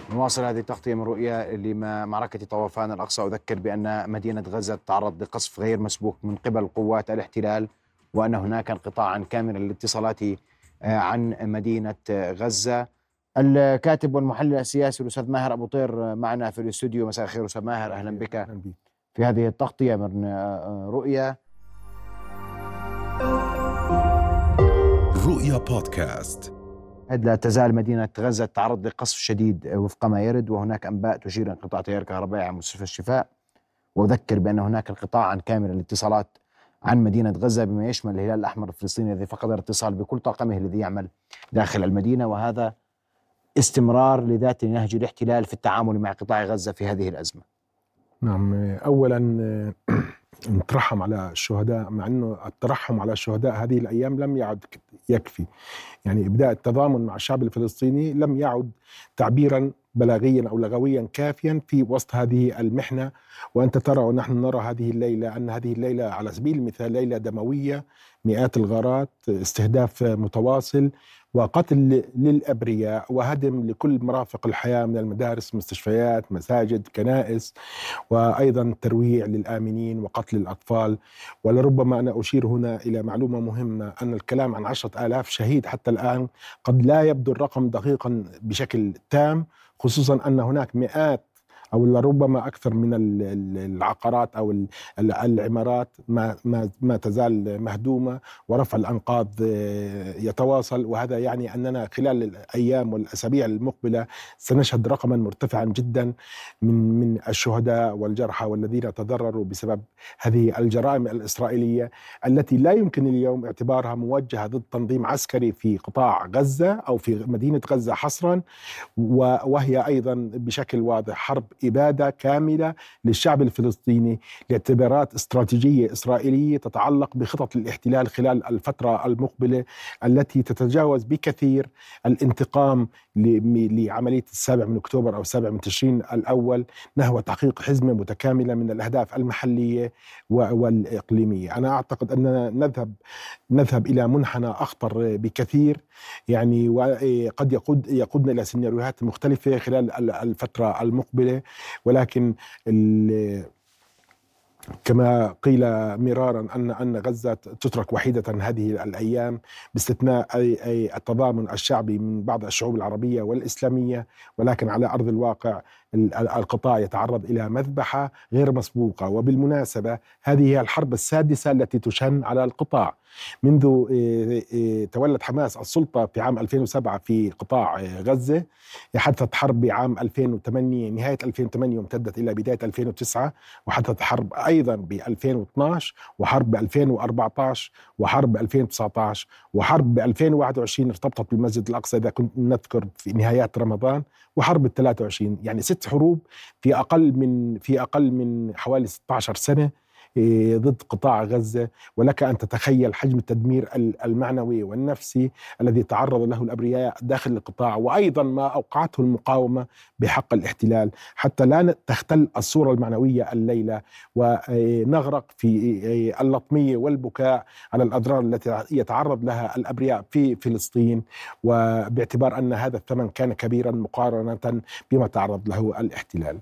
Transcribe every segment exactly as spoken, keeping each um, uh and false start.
نواصل هذه التغطية من رؤيا لمعركة طوفان الأقصى. أذكر بأن مدينة غزة تعرض لقصف غير مسبوق من قبل قوات الاحتلال، وأن هناك انقطاعا كاملا للاتصالات عن مدينة غزة. الكاتب والمحلل السياسي الأستاذ ماهر أبو طير معنا في الاستوديو. مساء الخير أستاذ ماهر، أهلا بك في هذه التغطية من رؤيا. رؤيا بودكاست. لا تزال مدينة غزة تعرض لقصف شديد وفق ما يرد، وهناك أنباء تشير انقطاع تيار كهربائي عن مستشفى الشفاء. وأذكر بأن هناك انقطاعا كاملا للاتصالات عن مدينة غزة، بما يشمل الهلال الأحمر الفلسطيني الذي فقد الاتصال بكل طاقمه الذي يعمل داخل المدينة، وهذا استمرار لذات نهج الاحتلال في التعامل مع قطاع غزة في هذه الأزمة. نعم، أولا نترحم على الشهداء، مع أنه الترحم على الشهداء هذه الأيام لم يعد يكفي. يعني إبداء التضامن مع الشعب الفلسطيني لم يعد تعبيرا بلاغيا أو لغويا كافيا في وسط هذه المحنة. وأنت ترى ونحن نرى هذه الليلة أن هذه الليلة على سبيل المثال ليلة دموية، مئات الغارات، استهداف متواصل وقتل للأبرياء وهدم لكل مرافق الحياة من المدارس، مستشفيات، مساجد، كنائس، وأيضا ترويع للآمنين وقتل الأطفال. ولربما أنا أشير هنا إلى معلومة مهمة، أن الكلام عن عشرة آلاف شهيد حتى الآن قد لا يبدو الرقم دقيقا بشكل تام، خصوصا أن هناك مئات أو لربما أكثر من العقارات أو العمارات ما ما ما تزال مهدومة، ورفع الأنقاض يتواصل. وهذا يعني أننا خلال الأيام والأسابيع المقبلة سنشهد رقما مرتفعا جدا من من الشهداء والجرحى والذين تضرروا بسبب هذه الجرائم الإسرائيلية التي لا يمكن اليوم اعتبارها موجهة ضد تنظيم عسكري في قطاع غزة أو في مدينة غزة حصرا، وهي أيضا بشكل واضح حرب إبادة كاملة للشعب الفلسطيني لاعتبارات استراتيجية إسرائيلية تتعلق بخطط الاحتلال خلال الفترة المقبلة، التي تتجاوز بكثير الانتقام لعملية السابع من أكتوبر أو السابع من تشرين الأول نحو تحقيق حزمة متكاملة من الأهداف المحلية والإقليمية. أنا أعتقد أننا نذهب نذهب إلى منحنى أخطر بكثير، يعني وقد يقود يقودنا إلى سيناريوهات مختلفة خلال الفترة المقبلة. ولكن كما قيل مرارا أن أن غزة تترك وحيدة هذه الأيام، باستثناء أي أي التضامن الشعبي من بعض الشعوب العربية والإسلامية، ولكن على أرض الواقع القطاع يتعرض إلى مذبحة غير مسبوقة. وبالمناسبة هذه هي الحرب السادسة التي تشن على القطاع منذ تولت حماس السلطة في عام ألفين وسبعة في قطاع غزة. حدثت حرب بعام ألفين وثمانية، نهاية ألفين وثمانية، وامتدت إلى بداية ألفين وتسعة، وحدثت حرب أيضا ب ألفين واثناشر، وحرب ب ألفين وأربعة عشر، وحرب ب ألفين وتسعة عشر، وحرب ب ألفين وواحد وعشرين ارتبطت بالمسجد الأقصى إذا كنت نذكر في نهايات رمضان، وحرب ال ثلاثة وعشرين. يعني ست حروب في أقل من في أقل من حوالي ستة عشر سنة ضد قطاع غزة. ولك أن تتخيل حجم التدمير المعنوي والنفسي الذي تعرض له الأبرياء داخل القطاع، وأيضا ما أوقعته المقاومة بحق الاحتلال، حتى لا تختل الصورة المعنوية الليلة ونغرق في اللطمية والبكاء على الأضرار التي يتعرض لها الأبرياء في فلسطين، وباعتبار أن هذا الثمن كان كبيرا مقارنة بما تعرض له الاحتلال.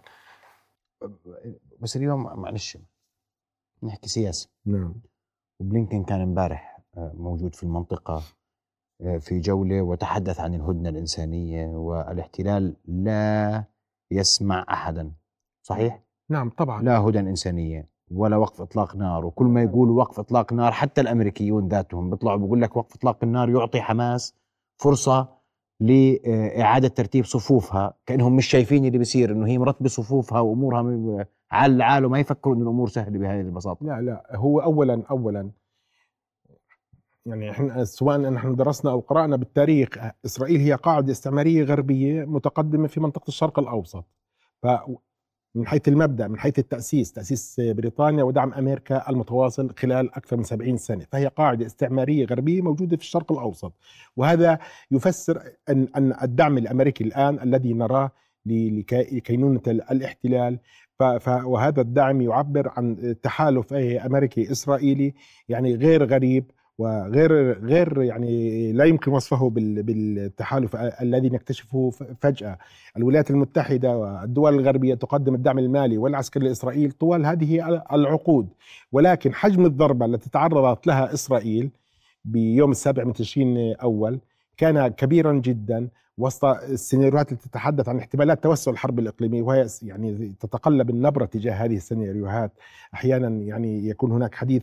بس اليوم معلش نحكي سياسة. نعم. بلينكن كان امبارح موجود في المنطقة في جولة وتحدث عن الهدنة الإنسانية، والاحتلال لا يسمع أحدا. صحيح؟ نعم طبعا. لا هدنة إنسانية ولا وقف إطلاق نار، وكل ما يقولوا وقف إطلاق نار حتى الأمريكيون ذاتهم بيطلعوا بيقول لك وقف إطلاق النار يعطي حماس فرصة لإعادة ترتيب صفوفها، كأنهم مش شايفين اللي بيصير، إنه هي مرتبة صفوفها وأمورها على العال، وما يفكروا إن الأمور سهلة بهذه البساطة. لا لا هو أولا أولا يعني احنا سواء نحن درسنا أو قرأنا بالتاريخ، إسرائيل هي قاعدة استعمارية غربية متقدمة في منطقة الشرق الأوسط. فمن حيث المبدأ، من حيث التأسيس، تأسيس بريطانيا ودعم أمريكا المتواصل خلال أكثر من سبعين سنة، فهي قاعدة استعمارية غربية موجودة في الشرق الأوسط. وهذا يفسر أن أن الدعم الأمريكي الآن الذي نراه لكينونة الاحتلال، وهذا الدعم يعبر عن تحالف أمريكي إسرائيلي يعني غير غريب، وغير غير يعني لا يمكن وصفه بالتحالف الذي نكتشفه فجأة. الولايات المتحدة والدول الغربية تقدم الدعم المالي والعسكري لإسرائيل طوال هذه العقود، ولكن حجم الضربة التي تعرضت لها إسرائيل بيوم السابع من تشرين أول كان كبيرا جدا وسط السيناريوهات التي تتحدث عن احتمالات توسع الحرب الإقليمية، وهي يعني تتقلب النبرة تجاه هذه السيناريوهات. أحيانا يعني يكون هناك حديث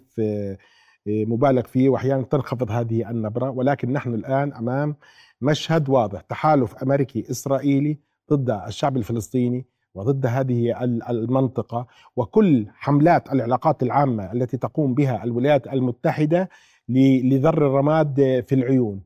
مبالغ فيه وأحيانا تنخفض هذه النبرة، ولكن نحن الآن أمام مشهد واضح، تحالف أمريكي إسرائيلي ضد الشعب الفلسطيني وضد هذه المنطقة، وكل حملات العلاقات العامة التي تقوم بها الولايات المتحدة لذر الرماد في العيون.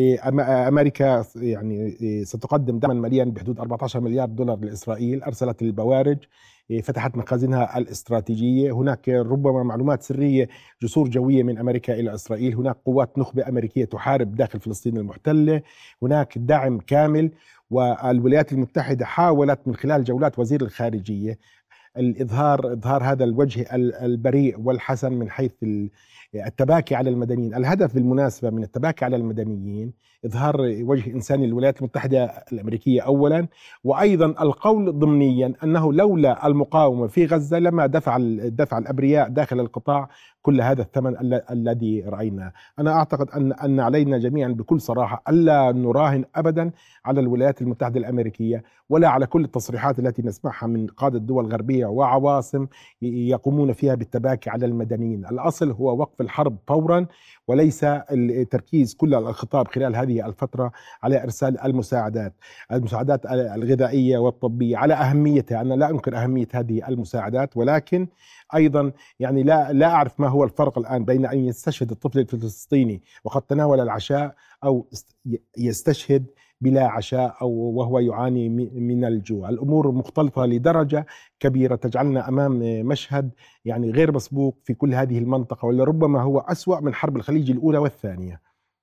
أمريكا يعني ستقدم دعما ماليا بحدود أربعة عشر مليار دولار لإسرائيل، أرسلت البوارج، فتحت مخازنها الاستراتيجية، هناك ربما معلومات سرية، جسور جوية من أمريكا إلى إسرائيل، هناك قوات نخبة أمريكية تحارب داخل فلسطين المحتلة، هناك دعم كامل. والولايات المتحدة حاولت من خلال جولات وزير الخارجية الإظهار إظهار هذا الوجه البريء والحسن من حيث التباكي على المدنيين. الهدف بالمناسبة من التباكي على المدنيين إظهار وجه إنساني للولايات المتحدة الأمريكية أولا، وأيضا القول ضمنيا أنه لولا المقاومة في غزة لما دفع دفع الأبرياء داخل القطاع كل هذا الثمن الذي رأيناه. أنا أعتقد أن أن علينا جميعا بكل صراحة ألا نراهن أبدا على الولايات المتحدة الأمريكية ولا على كل التصريحات التي نسمعها من قادة دول غربية وعواصم يقومون فيها بالتباكي على المدنيين. الأصل هو وقف الحرب فورا، وليس التركيز كل الخطاب خلال هذه الفترة على إرسال المساعدات المساعدات الغذائية والطبية على أهميتها. أنا لا أنكر أهمية هذه المساعدات، ولكن أيضا يعني لا لا أعرف ما هو الفرق الآن بين أن يستشهد الطفل الفلسطيني وقد تناول العشاء أو يستشهد بلا عشاء أو وهو يعاني من الجوع. الأمور مختلطة لدرجة كبيرة تجعلنا أمام مشهد يعني غير مسبوق في كل هذه المنطقة، ولربما هو أسوأ من حرب الخليج الأولى والثانية.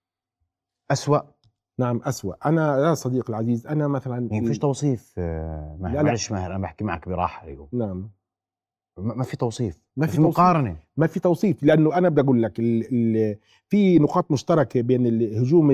أسوأ؟ نعم أسوأ. أنا يا صديقي العزيز أنا مثلا يعني فيش توصيف ماهر، معلش ماهر أنا بحكي معك براحة اليوم. نعم ما في توصيف، ما في مقارنة، ما في توصيف، لأنه أنا بدي أقول لك ال ال في نقاط مشتركة بين الهجوم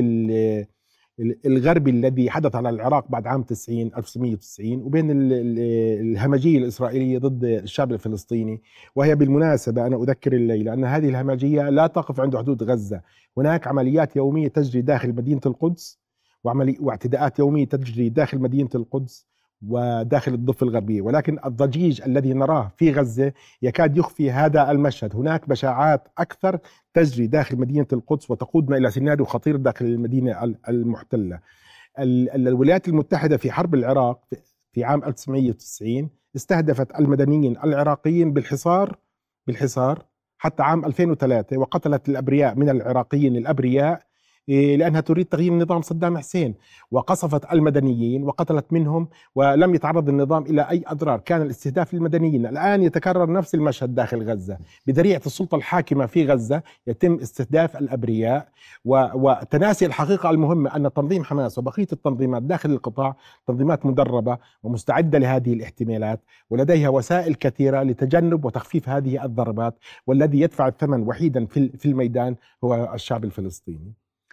الغربي الذي حدث على العراق بعد عام تسعين ألف وتسعمئة وتسعين وبين الهمجية الإسرائيلية ضد الشعب الفلسطيني. وهي بالمناسبة أنا أذكر الليلة أن هذه الهمجية لا تقف عند حدود غزة، هناك عمليات يومية تجري داخل مدينة القدس وعملي واعتداءات يومية تجري داخل مدينة القدس وداخل الضفة الغربية، ولكن الضجيج الذي نراه في غزة يكاد يخفي هذا المشهد. هناك بشاعات أكثر تجري داخل مدينة القدس وتقودنا إلى سيناريو خطير داخل المدينة المحتلة. الولايات المتحدة في حرب العراق في عام ألف وتسعمئة وتسعين استهدفت المدنيين العراقيين بالحصار بالحصار حتى عام ألفين وثلاثة، وقتلت الأبرياء من العراقيين الأبرياء لأنها تريد تغيير نظام صدام حسين، وقصفت المدنيين وقتلت منهم ولم يتعرض النظام إلى أي أضرار. كان الاستهداف للمدنيين. الآن يتكرر نفس المشهد داخل غزة بذريعة السلطة الحاكمة في غزة، يتم استهداف الأبرياء وتناسي الحقيقة المهمة أن تنظيم حماس وبقية التنظيمات داخل القطاع تنظيمات مدربة ومستعدة لهذه الاحتمالات ولديها وسائل كثيرة لتجنب وتخفيف هذه الضربات، والذي يدفع الثمن وحيدا في الميدان هو الشعب الفلسطيني.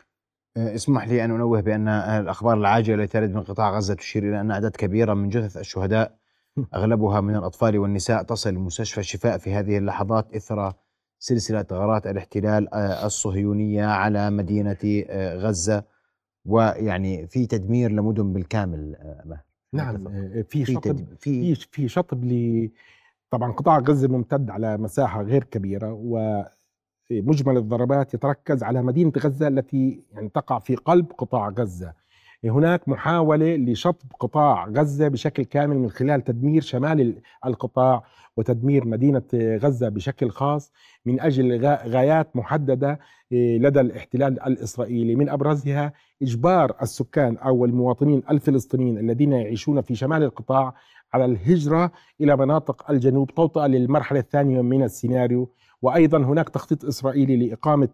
اسمح لي أن أنوه بأن الأخبار العاجلة التي ترد من قطاع غزة تشير إلى أن أعداد كبيرة من جثث الشهداء أغلبها من الأطفال والنساء تصل مستشفى الشفاء في هذه اللحظات إثر سلسلة غارات الاحتلال الصهيونية على مدينة غزة، ويعني في تدمير لمدن بالكامل. نعم في شطب في في شطب ل طبعا قطاع غزة ممتد على مساحة غير كبيرة، و مجمل الضربات يتركز على مدينة غزة التي يعني تقع في قلب قطاع غزة. هناك محاولة لشطب قطاع غزة بشكل كامل من خلال تدمير شمال القطاع وتدمير مدينة غزة بشكل خاص من أجل غايات محددة لدى الاحتلال الإسرائيلي، من أبرزها إجبار السكان أو المواطنين الفلسطينيين الذين يعيشون في شمال القطاع على الهجرة إلى مناطق الجنوب توطئة للمرحلة الثانية من السيناريو. وأيضا هناك تخطيط إسرائيلي لإقامة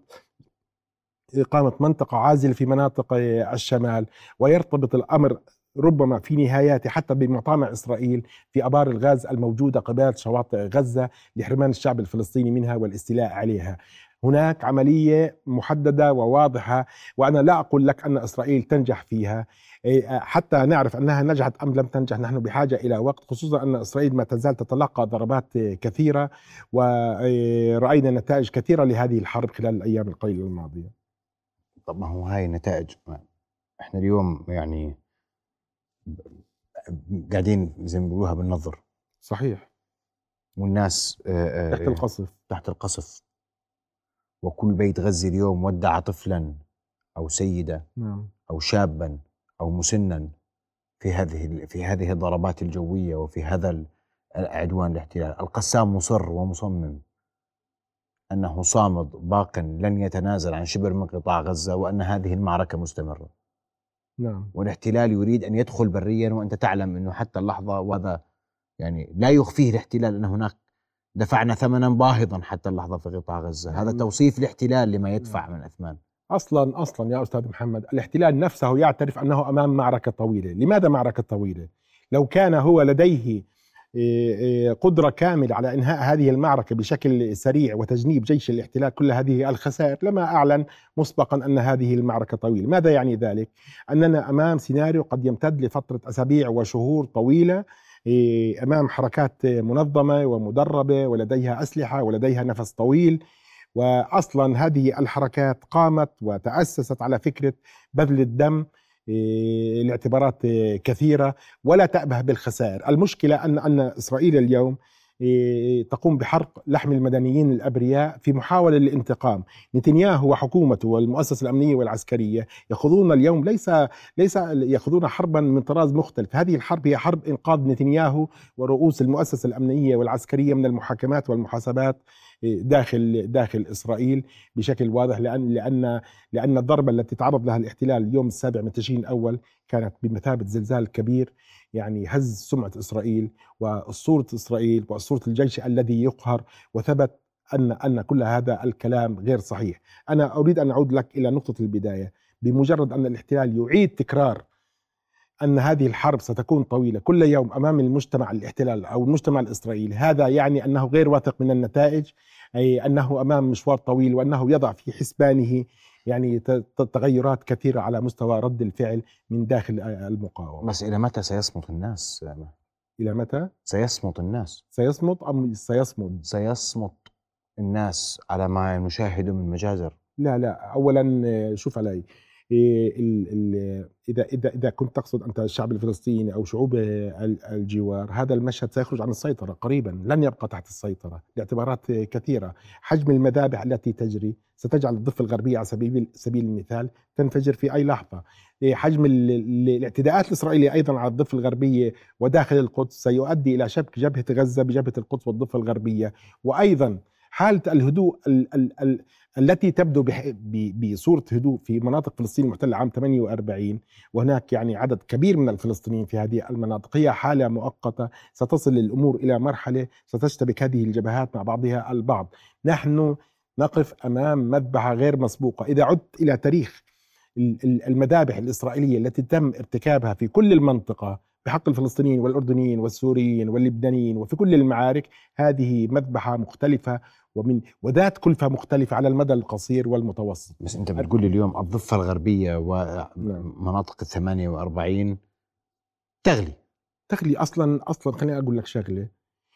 إقامة منطقة عازلة في مناطق الشمال، ويرتبط الأمر ربما في نهاياته حتى بمطامع إسرائيل في أبار الغاز الموجودة قبال شواطئ غزة لحرمان الشعب الفلسطيني منها والاستيلاء عليها. هناك عملية محددة وواضحة، وأنا لا أقول لك أن إسرائيل تنجح فيها. حتى نعرف أنها نجحت أم لم تنجح نحن بحاجة إلى وقت، خصوصا أن إسرائيل ما تزال تتلقى ضربات كثيرة، ورأينا نتائج كثيرة لهذه الحرب خلال الأيام القليلة الماضية. طب ما هو هاي النتائج، احنا اليوم يعني قاعدين زي ما بيقولوها بالنظر. صحيح. والناس تحت القصف تحت القصف، وكل بيت غزة اليوم ودع طفلا أو سيدة نعم. أو شابا أو مسنا في هذه في هذه الضربات الجوية وفي هذا العدوان الاحتلال. القسام مصر ومصمم أنه صامد باق لن يتنازل عن شبر من قطاع غزة، وأن هذه المعركة مستمرة. نعم. والاحتلال يريد أن يدخل بريا، وأنت تعلم أنه حتى اللحظة، وهذا يعني لا يخفيه الاحتلال، أن هناك دفعنا ثمنا باهظا حتى اللحظة في قطاع غزة. هذا توصيف الاحتلال لما يدفع من أثمان. أصلا أصلا يا أستاذ محمد، الاحتلال نفسه يعترف أنه أمام معركة طويلة. لماذا معركة طويلة؟ لو كان هو لديه قدرة كاملة على إنهاء هذه المعركة بشكل سريع وتجنيب جيش الاحتلال كل هذه الخسائر، لما أعلن مسبقا أن هذه المعركة طويلة. ماذا يعني ذلك؟ أننا أمام سيناريو قد يمتد لفترة أسابيع وشهور طويلة، أمام حركات منظمة ومدربة ولديها أسلحة ولديها نفس طويل. وأصلا هذه الحركات قامت وتأسست على فكرة بذل الدم لاعتبارات كثيرة، ولا تأبه بالخسائر. المشكلة أن أن إسرائيل اليوم تقوم بحرق لحم المدنيين الأبرياء في محاولة للانتقام. نتنياهو وحكومته والمؤسسة الأمنية والعسكرية يخوضون اليوم ليس ليس يخوضون حربا من طراز مختلف. هذه الحرب هي حرب إنقاذ نتنياهو ورؤوس المؤسسة الأمنية والعسكرية من المحاكمات والمحاسبات داخل داخل إسرائيل بشكل واضح، لأن لأن لأن الضربة التي تعرض لها الاحتلال اليوم السابع من تشرين الأول كانت بمثابة زلزال كبير، يعني هز سمعة إسرائيل وأسطورة إسرائيل وأسطورة الجيش الذي يقهر، وثبت أن أن كل هذا الكلام غير صحيح. أنا أريد أن أعود لك إلى نقطة البداية. بمجرد أن الاحتلال يعيد تكرار أن هذه الحرب ستكون طويلة كل يوم أمام المجتمع الاحتلال أو المجتمع الإسرائيلي، هذا يعني أنه غير واثق من النتائج، أي أنه أمام مشوار طويل، وأنه يضع في حسبانه يعني تغيرات كثيرة على مستوى رد الفعل من داخل المقاومة. بس إلى متى سيصمت الناس؟ إلى متى سيصمت الناس؟ سيصمت أم سيصمد؟ سيصمت الناس على ما نشاهده من مجازر. لا لا، أولا شوف علي، إذا إذا إذا كنت تقصد أنت الشعب الفلسطيني أو شعوب الجوار، هذا المشهد سيخرج عن السيطرة قريبا، لن يبقى تحت السيطرة لاعتبارات كثيرة. حجم المذابح التي تجري ستجعل الضفة الغربية على سبيل سبيل المثال تنفجر في أي لحظة. حجم الاعتداءات الإسرائيلية أيضا على الضفة الغربية وداخل القدس سيؤدي إلى شبك جبهة غزة بجبهة القدس والضفة الغربية. وأيضا حالة الهدوء ال ال ال التي تبدو بصورة هدوء في مناطق فلسطين المحتلة عام ثمانية وأربعين، وهناك يعني عدد كبير من الفلسطينيين في هذه المناطق، هي حالة مؤقتة. ستصل الأمور إلى مرحلة ستشتبك هذه الجبهات مع بعضها البعض. نحن نقف أمام مذبحة غير مسبوقة. إذا عدت إلى تاريخ المذابح الإسرائيلية التي تم ارتكابها في كل المنطقة بحق الفلسطينيين والأردنيين والسوريين واللبنانيين وفي كل المعارك، هذه مذبحة مختلفة ومن وذات كلفة مختلفة على المدى القصير والمتوسط. بس أنت بتقول لي اليوم الضفة الغربية ومناطق الثمانية وأربعين تغلي تغلي أصلا أصلا خليني أقول لك شغلة.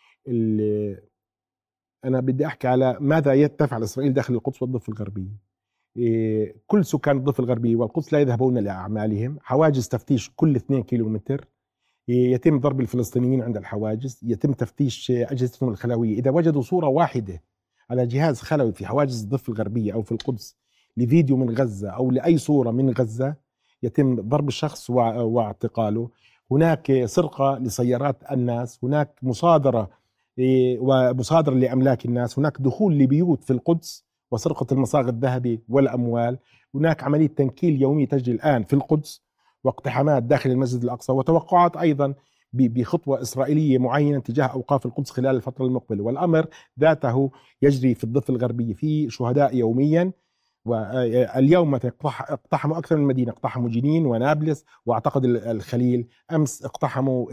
أنا بدي أحكي على ماذا تفعل إسرائيل داخل القدس والضفة الغربية. كل سكان الضفة الغربية والقدس لا يذهبون لأعمالهم، حواجز تفتيش كل اثنين كيلومتر، يتم ضرب الفلسطينيين عند الحواجز، يتم تفتيش أجهزتهم الخلوية. إذا وجدوا صورة واحدة على جهاز خلوي في حواجز الضفة الغربية أو في القدس لفيديو من غزة أو لأي صورة من غزة، يتم ضرب الشخص واعتقاله. هناك سرقة لسيارات الناس، هناك مصادرة ومصادرة لأملاك الناس، هناك دخول لبيوت في القدس وسرقة المصاغ الذهبي والأموال، هناك عملية تنكيل يومية تجري الآن في القدس واقتحامات داخل المسجد الأقصى، وتوقعات أيضا بخطوة إسرائيلية معينة تجاه أوقاف القدس خلال الفترة المقبلة. والأمر ذاته يجري في الضفة الغربية، في شهداء يوميا. واليوم اقتحموا أكثر من مدينة، اقتحموا جنين ونابلس وأعتقد الخليل. أمس اقتحموا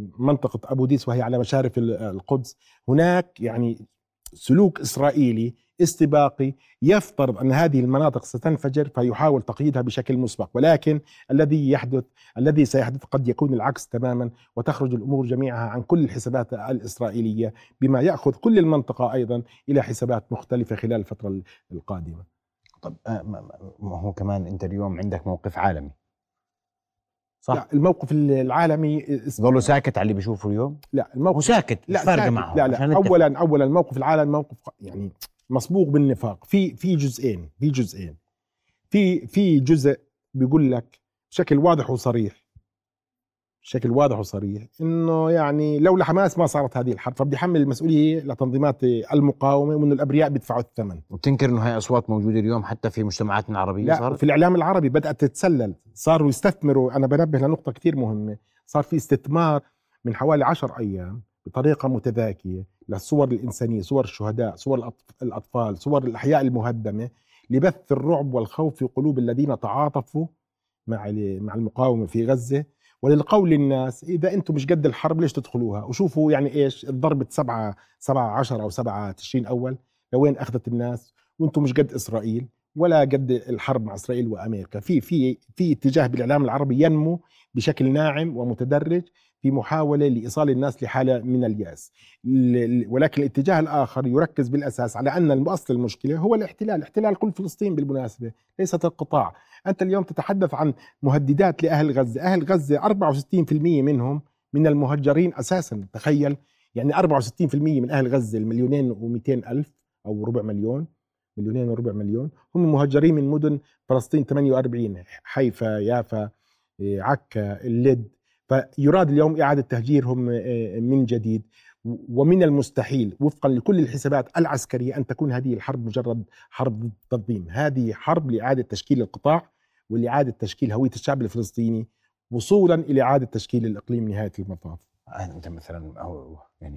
منطقة أبو ديس وهي على مشارف القدس. هناك يعني سلوك إسرائيلي استباقي يفترض أن هذه المناطق ستنفجر فيحاول تقييدها بشكل مسبق، ولكن الذي يحدث الذي سيحدث قد يكون العكس تماما، وتخرج الأمور جميعها عن كل الحسابات الإسرائيلية، بما يأخذ كل المنطقة أيضا إلى حسابات مختلفة خلال الفترة القادمة. طب ما هو كمان أنت اليوم عندك موقف عالمي، صح؟ لا، الموقف العالمي ظلوا ساكت على اللي بيشوفه اليوم؟ لا، الموقف ساكت، لا فرق معه. لا لا اولا اولا الموقف العالمي موقف يعني مصبوغ بالنفاق. في في جزئين في جزئين في في جزء بيقول لك بشكل واضح وصريح بشكل واضح وصريح انه يعني لولا حماس ما صارت هذه الحرب، فبدي يحمل المسؤوليه لتنظيمات المقاومه وانه الابرياء بيدفعوا الثمن. وبتنكر انه هاي اصوات موجوده اليوم حتى في مجتمعاتنا العربيه؟ لا، صارت في الاعلام العربي بدات تتسلل، صاروا يستثمروا. انا بنبه لنقطه كثير مهمه، صار في استثمار من حوالي عشر ايام بطريقه متذاكيه للصور الانسانيه، صور الشهداء، صور الاطفال، صور الاحياء المهدمه، لبث الرعب والخوف في قلوب الذين تعاطفوا مع مع المقاومه في غزه، وللقول للناس اذا انتم مش قد الحرب ليش تدخلوها؟ وشوفوا يعني ايش ضربه سبعة سبعة عشر او سبعة تشرين اول لوين اخذت الناس، وانتم مش قد اسرائيل ولا قد الحرب مع اسرائيل وامريكا. في في في اتجاه بالاعلام العربي ينمو بشكل ناعم ومتدرج في محاوله لايصال الناس لحاله من الياس، ولكن الاتجاه الاخر يركز بالاساس على ان اصل المشكله هو الاحتلال، احتلال كل فلسطين بالمناسبه ليست القطاع. انت اليوم تتحدث عن مهددات لاهل غزه، اهل غزه أربعة وستين بالمئة منهم من المهجرين اساسا. تخيل يعني أربعة وستين بالمئة من اهل غزه المليونين ومئتين الف او ربع مليون، مليونين وربع مليون، هم مهجرين من مدن فلسطين ثمانية وأربعين، حيفا، يافا، عكا، اللد. فيراد اليوم إعادة تهجيرهم من جديد، ومن المستحيل وفقا لكل الحسابات العسكرية أن تكون هذه الحرب مجرد حرب تنظيم. هذه حرب لإعادة تشكيل القطاع ولإعادة تشكيل هوية الشعب الفلسطيني وصولا إلى إعادة تشكيل الإقليم نهاية المطاف. أنت مثلا أو يعني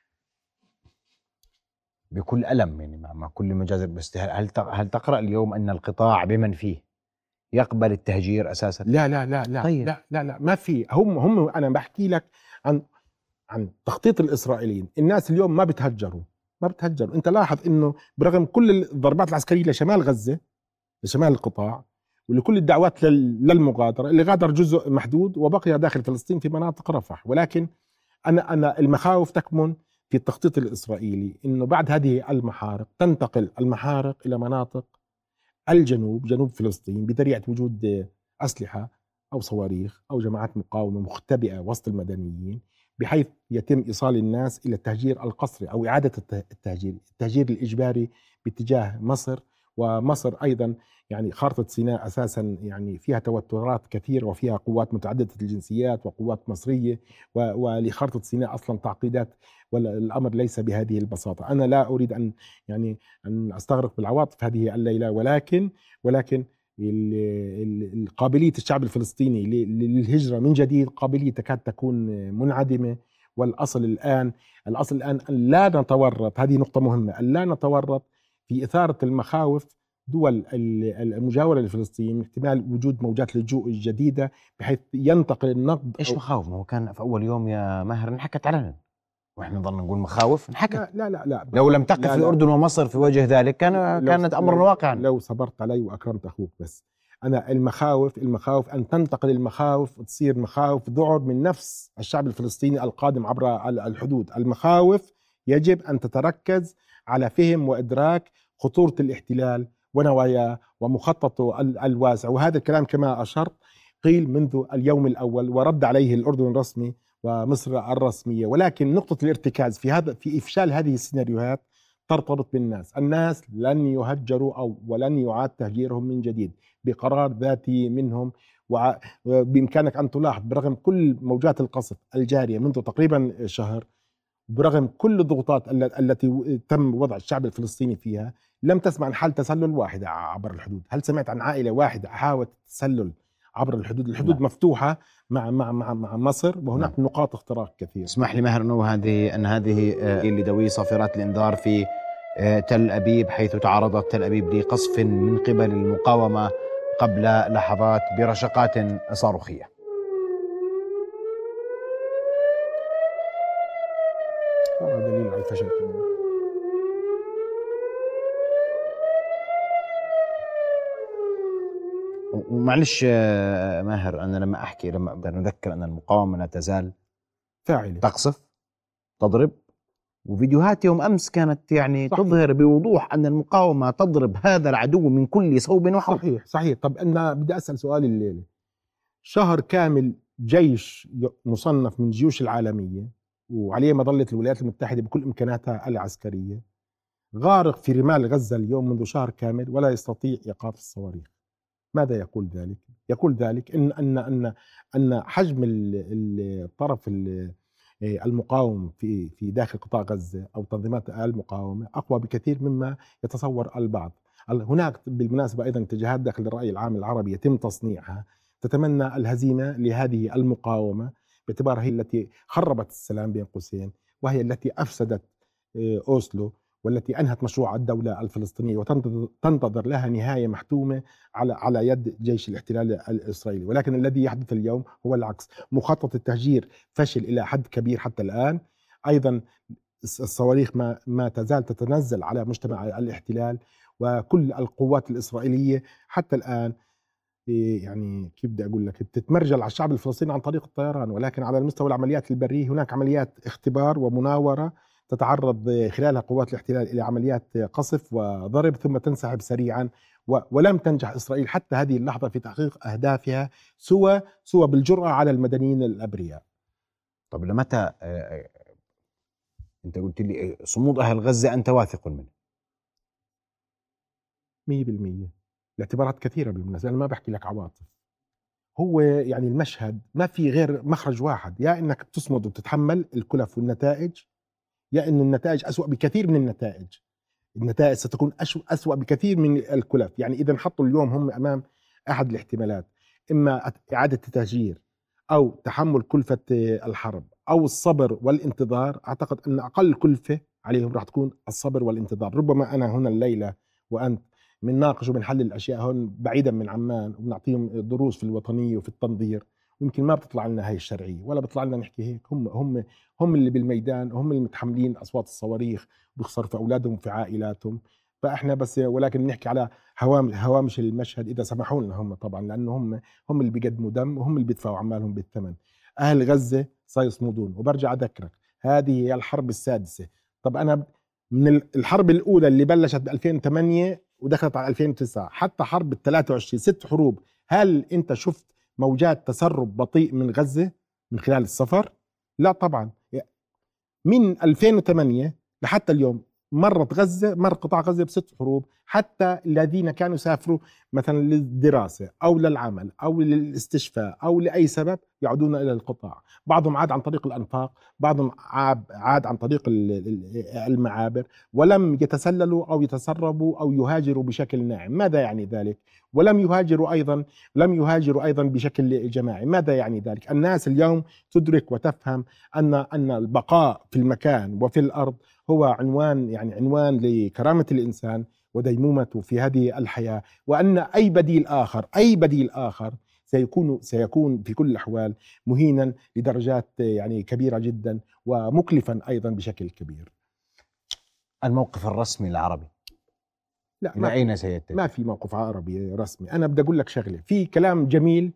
بكل ألم يعني مع كل مجازر، بس هل هل تقرأ اليوم أن القطاع بمن فيه يقبل التهجير أساسا؟ لا لا لا لا طيب. لا لا لا ما في. هم هم أنا بحكي لك عن عن تخطيط الإسرائيليين. الناس اليوم ما بتهجروا ما بتهجروا أنت لاحظ إنه برغم كل الضربات العسكرية لشمال غزة، لشمال القطاع، ولكل الدعوات للمغادرة، اللي غادر جزء محدود وبقي داخل فلسطين في مناطق رفح. ولكن أنا أنا المخاوف تكمن في التخطيط الإسرائيلي إنه بعد هذه المحارق تنتقل المحارق إلى مناطق الجنوب، جنوب فلسطين، بذريعة وجود أسلحة أو صواريخ أو جماعات مقاومة مختبئة وسط المدنيين، بحيث يتم إيصال الناس إلى التهجير القسري أو إعادة التهجير التهجير الإجباري باتجاه مصر. ومصر أيضا يعني خارطة سيناء أساسا يعني فيها توترات كثيرة وفيها قوات متعددة الجنسيات وقوات مصرية، ولخارطة سيناء أصلا تعقيدات، والأمر ليس بهذه البساطة. أنا لا أريد أن يعني أن أستغرق بالعواطف هذه الليلة، ولكن ولكن قابلية الشعب الفلسطيني للهجرة من جديد قابلية تكاد تكون منعدمة. والأصل الآن الأصل الآن أن لا نتورط، هذه نقطة مهمة، أن لا نتورط في إثارة المخاوف دول المجاورة لفلسطين من احتمال وجود موجات لجوء جديدة بحيث ينتقل النقد. إيش مخاوف؟ ما هو كان في أول يوم يا ماهر انحكت علنا واحنا نضلنا نقول مخاوف انحكت. لا لا لا, لا. لو لم تقف لا لا الأردن ومصر في وجه ذلك كان كانت أمرنا واقعا. لو صبرت علي وأكرمت أخوك. بس أنا المخاوف المخاوف أن تنتقل المخاوف تصير مخاوف ذعر من نفس الشعب الفلسطيني القادم عبر الحدود. المخاوف يجب أن تتركز على فهم وإدراك خطورة الاحتلال ونواياه ومخططه الواسع، وهذا الكلام كما أشرت قيل منذ اليوم الأول ورد عليه الأردن الرسمي ومصر الرسمية. ولكن نقطة الارتكاز في هذا في إفشال هذه السيناريوهات ترتبط بالناس. الناس لن يهجروا أو ولن يعاد تهجيرهم من جديد بقرار ذاتي منهم. وبإمكانك أن تلاحظ برغم كل موجات القصف الجارية منذ تقريبا شهر، برغم كل الضغوطات التي تم وضع الشعب الفلسطيني فيها، لم تسمع عن حال تسلل واحدة عبر الحدود. هل سمعت عن عائلة واحدة حاولت التسلل عبر الحدود؟ الحدود لا. مفتوحة مع مع مع مع مصر وهناك لا. نقاط اختراق كثير. اسمح لي ماهر انه هذه ان هذه لدوي صافرات الانذار في تل ابيب، حيث تعرضت تل ابيب لقصف من قبل المقاومة قبل لحظات برشقات صاروخية. هذا دليل على الفشل كمان. ومعلش آه، ماهر، أنا لما أحكي لما أقدر نذكر أن المقاومة لا تزال فاعلة تقصف تضرب، وفيديوهات يوم أمس كانت يعني صحيح. تظهر بوضوح أن المقاومة تضرب هذا العدو من كل صوب وحوض. صحيح صحيح. طب أنا بدي أسأل سؤال الليلة، شهر كامل جيش مصنف من الجيوش العالمية وعليه مظلة الولايات المتحدة بكل إمكاناتها العسكرية غارق في رمال غزة اليوم منذ شهر كامل ولا يستطيع إيقاف الصواريخ. ماذا يقول ذلك؟ يقول ذلك إن أن أن أن حجم الطرف المقاوم في في داخل قطاع غزة أو تنظيمات المقاومة أقوى بكثير مما يتصور البعض. هناك بالمناسبة أيضا اتجاهات داخل الرأي العام العربي يتم تصنيعها تتمنى الهزيمة لهذه المقاومة باعتبارها هي التي خربت السلام بين قوسين، وهي التي أفسدت أوسلو، والتي أنهت مشروع الدولة الفلسطينية وتنتظر لها نهاية محتومة على على يد جيش الاحتلال الإسرائيلي. ولكن الذي يحدث اليوم هو العكس، مخطط التهجير فشل إلى حد كبير حتى الآن. أيضا الصواريخ ما ما تزال تتنزل على مجتمع الاحتلال، وكل القوات الإسرائيلية حتى الآن يعني كيف بدي أقول لك بتتمرجل على الشعب الفلسطيني عن طريق الطيران. ولكن على المستوى العمليات البرية هناك عمليات اختبار ومناورة تتعرض خلالها قوات الاحتلال إلى عمليات قصف وضرب ثم تنسحب سريعا، ولم تنجح إسرائيل حتى هذه اللحظة في تحقيق أهدافها سوى سوى بالجرأة على المدنيين الأبرياء. طب لمتى آه أنت قلت لي صمود أهل غزة أنت واثق منه؟ مية بالمية. الاعتبارات كثيرة بالمناسبة، أنا ما بحكي لك عواطف. هو يعني المشهد ما في غير مخرج واحد، يا إنك تصمد وتتحمل الكلف والنتائج، يا إنه النتائج أسوأ بكثير من النتائج. النتائج ستكون أسوأ بكثير من الكلف. يعني إذا حطوا اليوم هم أمام أحد الاحتمالات، إما إعادة التهجير أو تحمل كلفة الحرب أو الصبر والانتظار، أعتقد أن أقل كلفة عليهم راح تكون الصبر والانتظار. ربما أنا هنا الليلة وأنت بنناقش وبنحلل الأشياء هون بعيدا من عمان وبنعطيهم دروس في الوطنية وفي التنظير، يمكن ما بتطلع لنا هاي الشرعية ولا بيطلع لنا نحكي هيك. هم هم هم اللي بالميدان، هم اللي متحملين أصوات الصواريخ، بيخسروا في أولادهم وفي عائلاتهم. فإحنا بس ولكن بنحكي على هوامش هوامش المشهد إذا سمحوا لنا هم طبعا، لأنه هم هم اللي بيقدموا دم وهم اللي بيدفعوا عمالهم بالثمن. أهل غزة سيصمدون. وبرجع أذكرك هذه هي الحرب السادسة. طب أنا من الحرب الأولى اللي بلشت ب ألفين وثمانية ودخلت على ألفين وتسعة حتى حرب ال ثلاثة وعشرين، ست حروب، هل أنت شفت موجات تسرب بطيء من غزة من خلال السفر؟ لا طبعا. من ألفين وثمانية لحتى اليوم مرت غزة مر قطاع غزة بست حروب. حتى الذين كانوا يسافروا مثلا للدراسة أو للعمل أو للاستشفاء أو لأي سبب يعودون إلى القطاع، بعضهم عاد عن طريق الأنفاق، بعضهم عاد عن طريق المعابر، ولم يتسللوا أو يتسربوا أو يهاجروا بشكل ناعم. ماذا يعني ذلك؟ ولم يهاجروا أيضا لم يهاجروا أيضا بشكل جماعي. ماذا يعني ذلك؟ الناس اليوم تدرك وتفهم أن أن البقاء في المكان وفي الأرض هو عنوان يعني عنوان لكرامة الإنسان وديمومته في هذه الحياة، وأن أي بديل آخر أي بديل آخر سيكون سيكون في كل الأحوال مهينا لدرجات يعني كبيرة جدا ومكلفا أيضا بشكل كبير. الموقف الرسمي العربي لا إلى أين سيتجه؟ ما في موقف عربي رسمي. أنا بدي أقول لك شغلة، في كلام جميل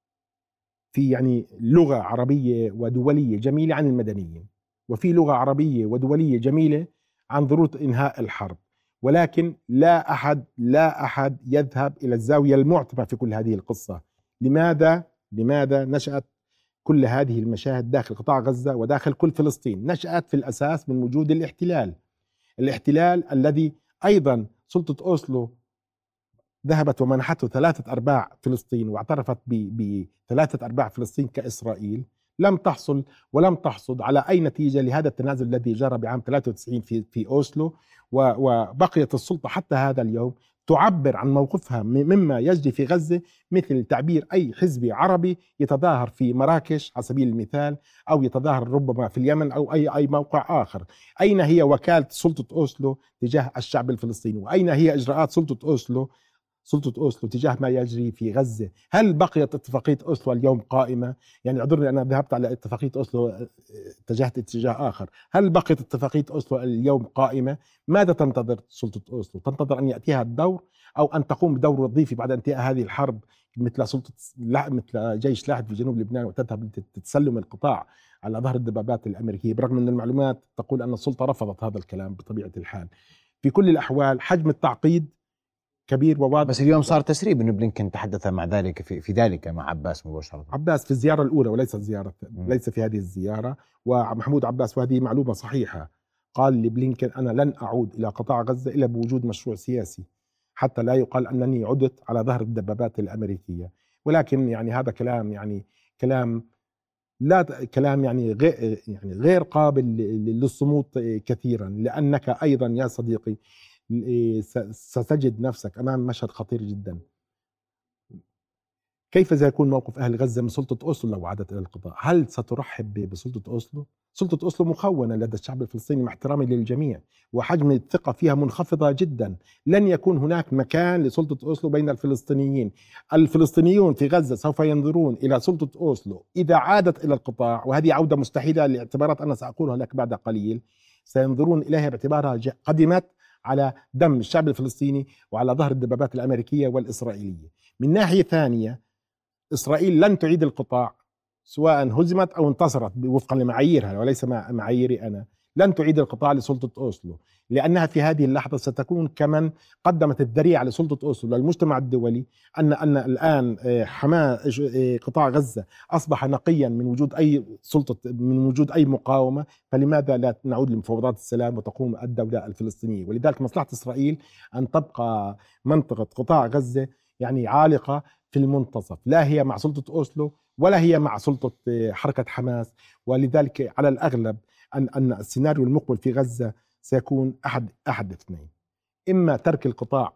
في يعني لغة عربية ودولية جميلة عن المدنيين، وفي لغة عربية ودولية جميلة عن ضرورة إنهاء الحرب، ولكن لا أحد لا أحد يذهب إلى الزاوية المعتبة في كل هذه القصة. لماذا لماذا نشأت كل هذه المشاهد داخل قطاع غزة وداخل كل فلسطين؟ نشأت في الأساس من وجود الاحتلال الاحتلال الذي أيضا سلطة أوسلو ذهبت ومنحته ثلاثة أرباع فلسطين واعترفت بثلاثة أرباع فلسطين كإسرائيل، لم تحصل ولم تحصد على أي نتيجة لهذا التنازل الذي جرى بعام ثلاثة وتسعين في في أوسلو. وبقيت السلطة حتى هذا اليوم تعبر عن موقفها مما يجري في غزة مثل تعبير أي حزبي عربي يتظاهر في مراكش على سبيل المثال، أو يتظاهر ربما في اليمن أو أي أي موقع آخر. أين هي وكالة سلطة أوسلو تجاه الشعب الفلسطيني؟ وأين هي إجراءات سلطة أوسلو سلطة أوسلو تجاه ما يجري في غزة؟ هل بقيت اتفاقية أوسلو اليوم قائمة؟ يعني اعذرني أنا ذهبت على اتفاقية أوسلو اتجهت اتجاه آخر. هل بقيت اتفاقية أوسلو اليوم قائمة؟ ماذا تنتظر سلطة أوسلو؟ تنتظر أن يأتيها الدور أو أن تقوم بدور وظيفي بعد انتهاء هذه الحرب مثل سلطة مثل جيش لاحق في جنوب لبنان وتذهب لتسلم القطاع على ظهر الدبابات الأمريكية، برغم أن المعلومات تقول أن السلطة رفضت هذا الكلام بطبيعة الحال. في كل الأحوال حجم التعقيد كبير وواضح. بس اليوم صار تسريب أنه بلينكن تحدث مع ذلك في, في ذلك مع عباس مباشرة. عباس في الزيارة الأولى وليس الزيارة ليس في هذه الزيارة. ومحمود عباس، وهذه معلومة صحيحة، قال لبلينكن أنا لن أعود إلى قطاع غزة إلا بوجود مشروع سياسي، حتى لا يقال أنني عدت على ظهر الدبابات الأمريكية. ولكن يعني هذا كلام يعني كلام لا كلام يعني غير يعني غير قابل للصمود كثيرا، لأنك أيضا يا صديقي ستجد نفسك أمام مشهد خطير جدا. كيف سيكون موقف أهل غزة من سلطة أوسلو لو عادت إلى القطاع؟ هل سترحب بسلطة أوسلو؟ سلطة أوسلو مخونة لدى الشعب الفلسطيني مع احترامي للجميع، وحجم الثقة فيها منخفضة جدا. لن يكون هناك مكان لسلطة أوسلو بين الفلسطينيين. الفلسطينيون في غزة سوف ينظرون إلى سلطة أوسلو إذا عادت إلى القطاع، وهذه عودة مستحيلة لاعتبارات أنا سأقولها لك بعد قليل، سينظرون إليها باعتبارها قدمت على دم الشعب الفلسطيني وعلى ظهر الدبابات الأمريكية والإسرائيلية. من ناحية ثانية، إسرائيل لن تعيد القطاع سواء هزمت أو انتصرت وفقا لمعاييرها وليس معاييري أنا. لن تعيد القطاع لسلطة أوسلو، لأنها في هذه اللحظة ستكون كمن قدمت الذريعة لسلطة أوسلو للمجتمع الدولي أن أن الآن حماس قطاع غزة أصبح نقيا من وجود أي سلطة من وجود أي مقاومة، فلماذا لا نعود لمفاوضات السلام وتقوم الدولة الفلسطينية؟ ولذلك مصلحة إسرائيل أن تبقى منطقة قطاع غزة يعني عالقة في المنتصف، لا هي مع سلطة أوسلو ولا هي مع سلطة حركة حماس. ولذلك على الأغلب أن أن السيناريو المقبل في غزة سيكون أحد أحد اثنين: إما ترك القطاع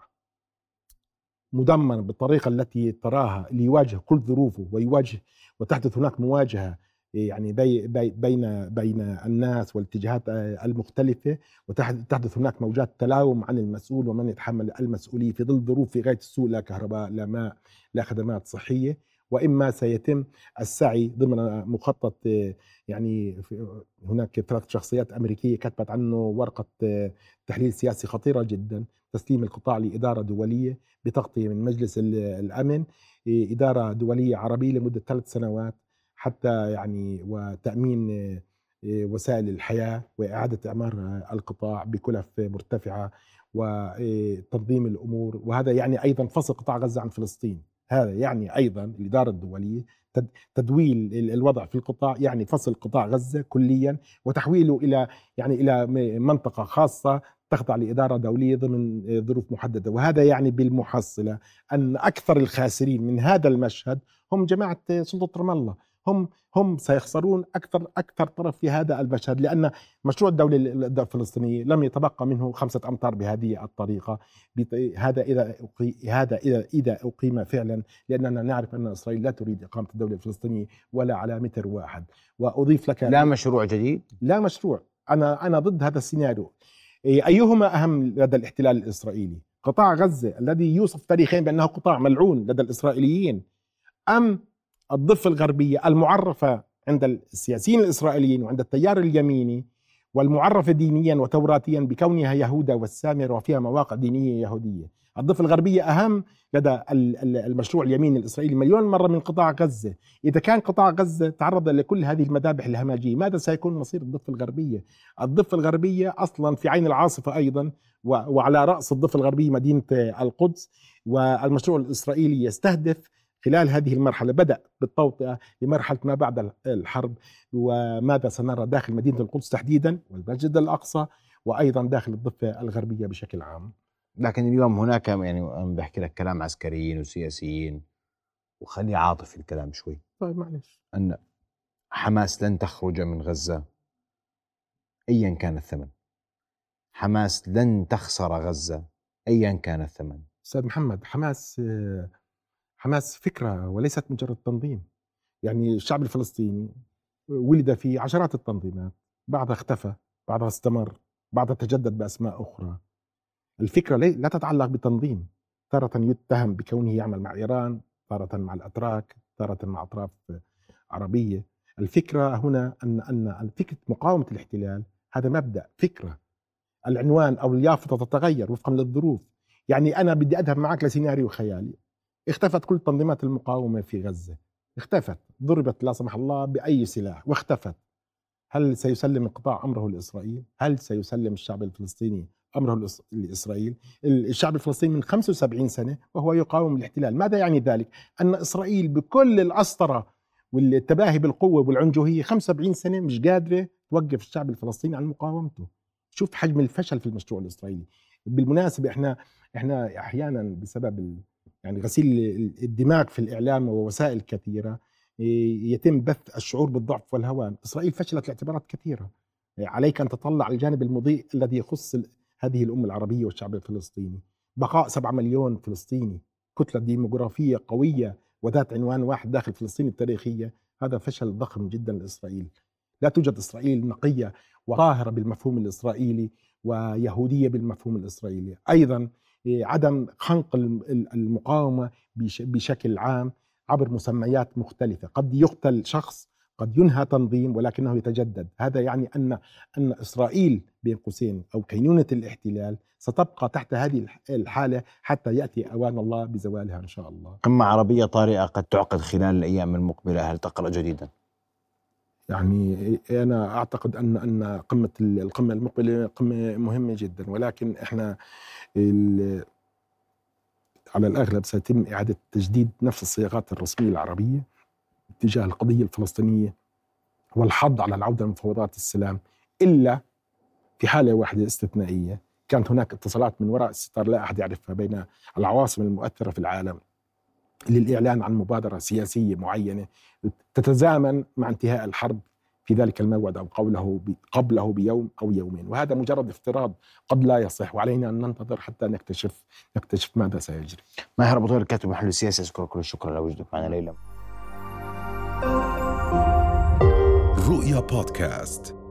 مدمر بالطريقة التي تراها ليواجه كل ظروفه ويواجه وتحدث هناك مواجهة يعني بي بي بين بين الناس والاتجاهات المختلفة، وتحدث هناك موجات تلاوم عن المسؤول ومن يتحمل المسؤولية في ظل ظروف في غاية السوء، لا كهرباء لا ماء لا خدمات صحية. وإما سيتم السعي ضمن مخطط يعني هناك ثلاث شخصيات أمريكية كتبت عنه ورقة تحليل سياسي خطيرة جدا: تسليم القطاع لإدارة دولية بتغطية من مجلس الأمن، إدارة دولية عربية لمدة ثلاث سنوات حتى يعني وتأمين وسائل الحياة وإعادة إعمار القطاع بكلف مرتفعة وتنظيم الأمور. وهذا يعني أيضا فصل قطاع غزة عن فلسطين، هذا يعني أيضا الإدارة الدولية تدويل الوضع في القطاع، يعني فصل قطاع غزة كليا وتحويله إلى يعني إلى منطقة خاصة تخضع لإدارة دولية ضمن ظروف محددة. وهذا يعني بالمحصلة أن أكثر الخاسرين من هذا المشهد هم جماعة سلطة رام الله، هم هم سيخسرون أكثر أكثر طرف في هذا المشهد، لأن مشروع الدولة الفلسطينية لم يتبقى منه خمسة أمتار بهذه الطريقة. هذا إذا هذا إذا إذا أقيم فعلا، لأننا نعرف أن إسرائيل لا تريد إقامة الدولة الفلسطينية ولا على متر واحد. وأضيف لك لا مشروع جديد، لا مشروع. أنا أنا ضد هذا السيناريو. أيهما أهم لدى الاحتلال الإسرائيلي؟ قطاع غزة الذي يوصف تاريخيا بأنه قطاع ملعون لدى الإسرائيليين، أم الضفة الغربية المعرفة عند السياسيين الإسرائيليين وعند التيار اليميني والمعرفة دينيا وتوراتيا بكونها يهودا والسامرة وفيها مواقع دينية يهودية؟ الضفة الغربية أهم لدى المشروع اليميني الإسرائيلي مليون مرة من قطاع غزة. إذا كان قطاع غزة تعرض لكل هذه المذابح الهمجية، ماذا سيكون مصير الضفة الغربية؟ الضفة الغربية أصلا في عين العاصفة أيضا، وعلى رأس الضفة الغربية مدينة القدس. والمشروع الإسرائيلي يستهدف خلال هذه المرحلة بدأ بالتوطئة لمرحلة ما بعد الحرب، وماذا سنرى داخل مدينة القدس تحديدا والمسجد الأقصى وأيضا داخل الضفة الغربية بشكل عام. لكن اليوم هناك يعني أنا بحكي لك كلام عسكريين وسياسيين، وخلي عاطفي الكلام شوي. طيب معلش. أن حماس لن تخرج من غزة أيا كان الثمن، حماس لن تخسر غزة أيا كان الثمن. أستاذ محمد، حماس حماس فكرة وليست مجرد تنظيم. يعني الشعب الفلسطيني ولد في عشرات التنظيمات، بعضها اختفى، بعضها استمر، بعضها تجدد بأسماء أخرى. الفكرة لا تتعلق بتنظيم، تارة يتهم بكونه يعمل مع إيران، تارة مع الأتراك، تارة مع أطراف عربية. الفكرة هنا أن أن فكرة مقاومة الاحتلال هذا مبدأ، فكرة. العنوان أو اليافطة تتغير وفقا للظروف. يعني أنا بدي أذهب معك لسيناريو خيالي، اختفت كل تنظيمات المقاومة في غزة، اختفت، ضربت لا سمح الله بأي سلاح واختفت. هل سيسلم القطاع أمره لإسرائيل؟ هل سيسلم الشعب الفلسطيني أمره لإسرائيل؟ الشعب الفلسطيني من خمسة وسبعين سنة وهو يقاوم الاحتلال. ماذا يعني ذلك؟ أن إسرائيل بكل الأسطرة والتباهي بالقوة والعنجهية خمسة وسبعين سنة مش قادرة توقف الشعب الفلسطيني عن مقاومته. شوف حجم الفشل في المشروع الإسرائيلي. بالمناسبة احنا احنا أحيانا بسبب يعني غسيل الدماغ في الإعلام ووسائل كثيرة يتم بث الشعور بالضعف والهوان. إسرائيل فشلت لاعتبارات كثيرة، عليك أن تطلع على الجانب المضيء الذي يخص هذه الأمة العربية والشعب الفلسطيني. بقاء سبعة مليون فلسطيني، كتلة ديموغرافية قوية وذات عنوان واحد داخل فلسطين التاريخية، هذا فشل ضخم جدا لإسرائيل. لا توجد إسرائيل نقية وطاهرة بالمفهوم الإسرائيلي ويهودية بالمفهوم الإسرائيلي. أيضا عدم خنق المقاومة بشكل عام عبر مسميات مختلفة. قد يقتل شخص، قد ينهى تنظيم، ولكنه يتجدد. هذا يعني أن أن إسرائيل بين قوسين أو كينونة الاحتلال ستبقى تحت هذه الحالة حتى يأتي أوان الله بزوالها إن شاء الله. قمة عربية طارئة قد تعقد خلال الأيام المقبلة، هل تقرأ جديدا؟ يعني أنا أعتقد أن أن قمة القمة المقبلة قمة مهمة جدا، ولكن إحنا على الأغلب سيتم إعادة تجديد نفس الصياغات الرسمية العربية تجاه القضية الفلسطينية والحض على العودة لمفاوضات السلام، إلا في حالة واحدة استثنائية. كانت هناك اتصالات من وراء الستار لا أحد يعرفها بين العواصم المؤثرة في العالم للإعلان عن مبادرة سياسية معينة تتزامن مع انتهاء الحرب في ذلك الموعد أو قبله قبله بيوم أو يومين، وهذا مجرد افتراض قد لا يصح، وعلينا أن ننتظر حتى نكتشف نكتشف ماذا سيجري. ماهر أبو طير، كاتب محلل السياسي، أشكرك كل الشكر على وجودك معنا ليلى. رؤيا بودكاست.